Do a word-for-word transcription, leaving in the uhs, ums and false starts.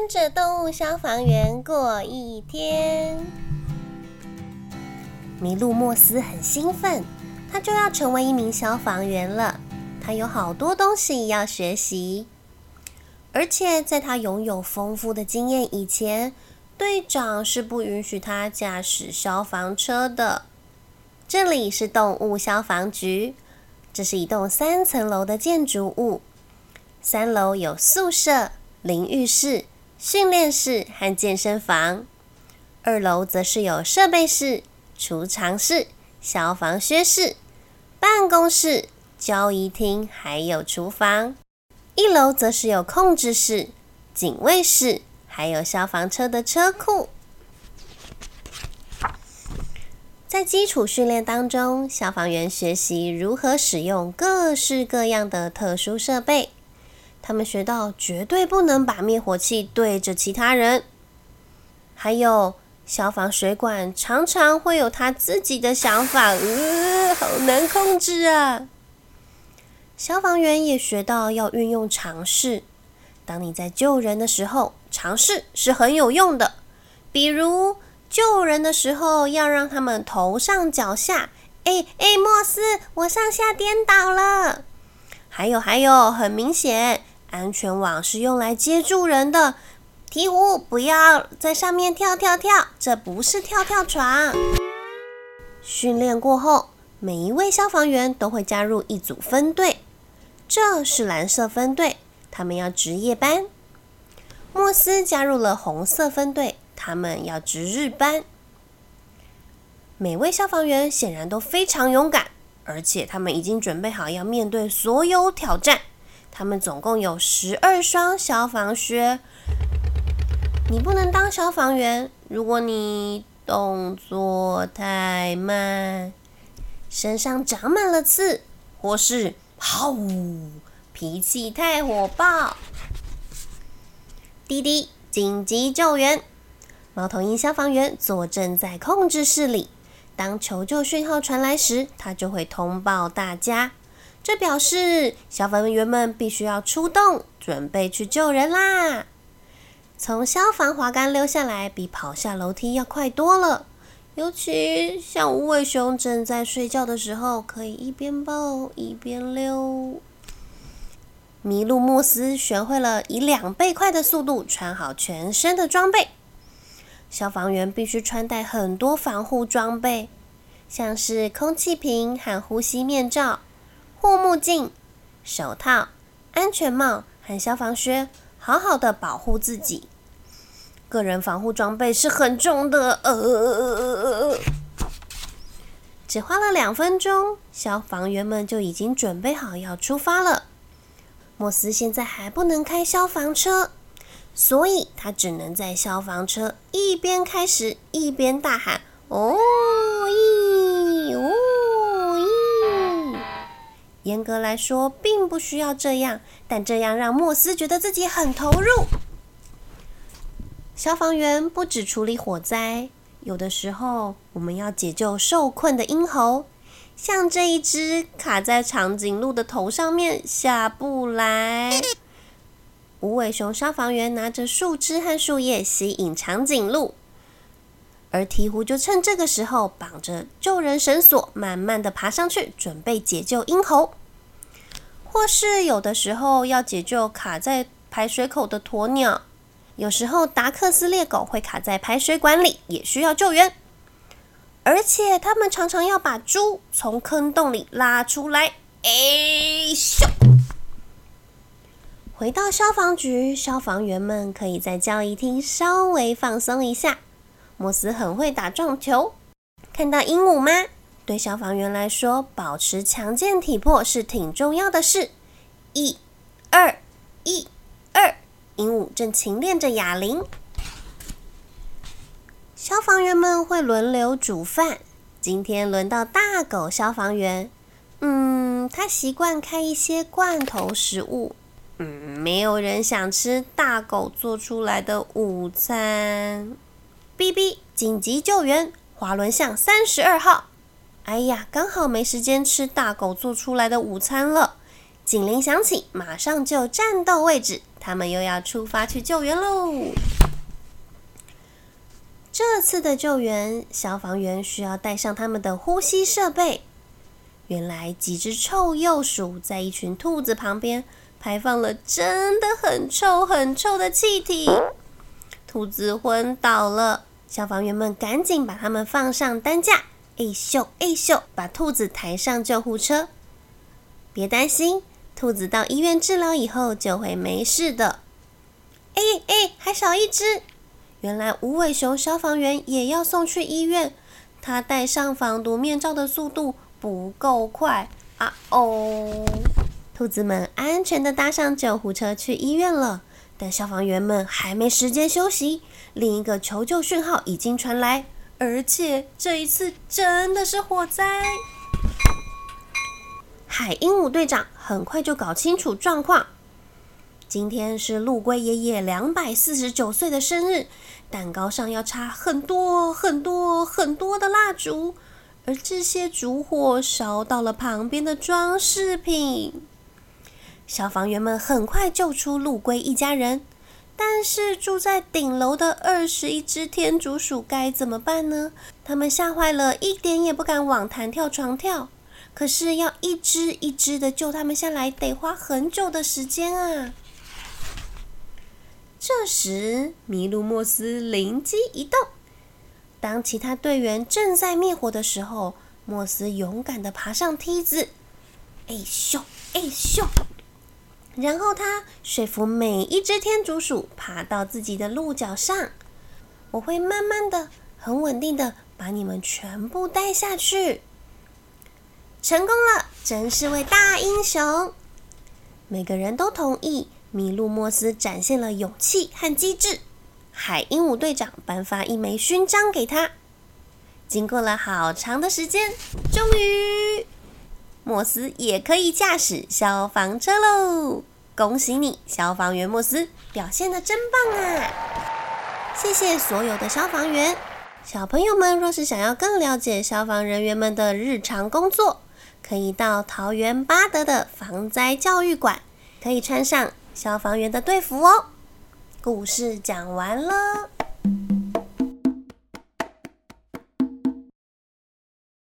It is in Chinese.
着动物消防员过一天。麋鹿莫斯很兴奋，他就要成为一名消防员了。他有好多东西要学习，而且在他拥有丰富的经验以前，队长是不允许他驾驶消防车的。这里是动物消防局，这是一栋三层楼的建筑物。三楼有宿舍、淋浴室、训练室和健身房。二楼则是有设备室、储藏室、消防靴室、办公室、交易厅，还有厨房。一楼则是有控制室、警卫室，还有消防车的车库。在基础训练当中，消防员学习如何使用各式各样的特殊设备。他们学到绝对不能把灭火器对着其他人，还有消防水管常常会有他自己的想法，呃，好难控制啊！消防员也学到要运用常识。当你在救人的时候，常识是很有用的。比如救人的时候要让他们头上脚下，哎哎，莫斯，我上下颠倒了。还有还有，很明显，安全网是用来接住人的。鹈鹕，不要在上面跳跳跳，这不是跳跳床。训练过后，每一位消防员都会加入一组分队，这是蓝色分队，他们要值夜班。莫斯加入了红色分队，他们要值日班。每位消防员显然都非常勇敢，而且他们已经准备好要面对所有挑战。他们总共有十二双消防靴。你不能当消防员，如果你动作太慢，身上长满了刺，或是好脾气太火爆。滴滴，紧急救援！猫头鹰消防员坐镇在控制室里，当求救讯号传来时，他就会通报大家。这表示消防员们必须要出动，准备去救人啦！从消防滑竿溜下来，比跑下楼梯要快多了。尤其像无尾熊正在睡觉的时候，可以一边抱一边溜。麋鹿莫斯学会了以两倍快的速度穿好全身的装备。消防员必须穿戴很多防护装备，像是空气瓶和呼吸面罩、护目镜、手套、安全帽和消防靴，好好的保护自己。个人防护装备是很重的，呃，只花了两分钟，消防员们就已经准备好要出发了。莫斯现在还不能开消防车，所以他只能在消防车一边开始一边大喊哦咦哦咦。严格来说并不需要这样，但这样让莫斯觉得自己很投入。消防员不只处理火灾，有的时候我们要解救受困的鹰猴，像这一只卡在长颈鹿的头上面下不来。无尾熊消防员拿着树枝和树叶吸引长颈鹿，而鹈鹕就趁这个时候绑着救人绳索，慢慢的爬上去，准备解救鹰猴。或是有的时候要解救卡在排水口的鸵鸟，有时候达克斯猎狗会卡在排水管里，也需要救援。而且他们常常要把猪从坑洞里拉出来。哎咻！回到消防局，消防员们可以在交易厅稍微放松一下。莫斯很会打撞球，看到鹦鹉吗？对消防员来说，保持强健体魄是挺重要的事。一、二、一、二，鹦鹉正勤练着哑铃。消防员们会轮流煮饭，今天轮到大狗消防员。嗯，他习惯开一些罐头食物。嗯，没有人想吃大狗做出来的午餐。哔哔，紧急救援，滑轮巷三十二号。哎呀，刚好没时间吃大狗做出来的午餐了。 警铃响起，马上就战斗位置，他们又要出发去救援喽。这次的救援，消防员需要带上他们的呼吸设备。原来几只臭鼬鼠在一群兔子旁边排放了真的很臭很臭的气体，兔子昏倒了。消防员们赶紧把它们放上担架，哎咻哎咻，把兔子抬上救护车。别担心，兔子到医院治疗以后就会没事的。哎哎，还少一只！原来无尾熊消防员也要送去医院，他戴上防毒面罩的速度不够快啊哦！兔子们安全地搭上救护车去医院了，但消防员们还没时间休息，另一个求救讯号已经传来，而且这一次真的是火灾。海鹦鹉队长很快就搞清楚状况。今天是陆龟爷爷两百四十九岁的生日，蛋糕上要插很多很多很多的蜡烛，而这些烛火烧到了旁边的装饰品。消防员们很快救出陆龟一家人，但是住在顶楼的二十一只天竺鼠该怎么办呢？他们吓坏了，一点也不敢往弹跳床跳。可是要一只一只的救他们下来，得花很久的时间啊！这时，麋鹿莫斯灵机一动，当其他队员正在灭火的时候，莫斯勇敢地爬上梯子，哎咻哎咻，然后他说服每一只天竺鼠爬到自己的鹿角上。我会慢慢的、很稳定的把你们全部带下去。成功了，真是位大英雄！每个人都同意。麋鹿莫斯展现了勇气和机智，海鹦鹉队长颁发一枚勋章给他。经过了好长的时间，终于，莫斯也可以驾驶消防车喽！恭喜你，消防员莫斯，表现得真棒啊！谢谢所有的消防员。小朋友们若是想要更了解消防人员们的日常工作，可以到桃园八德的防灾教育馆，可以穿上消防员的队服哦。故事讲完了。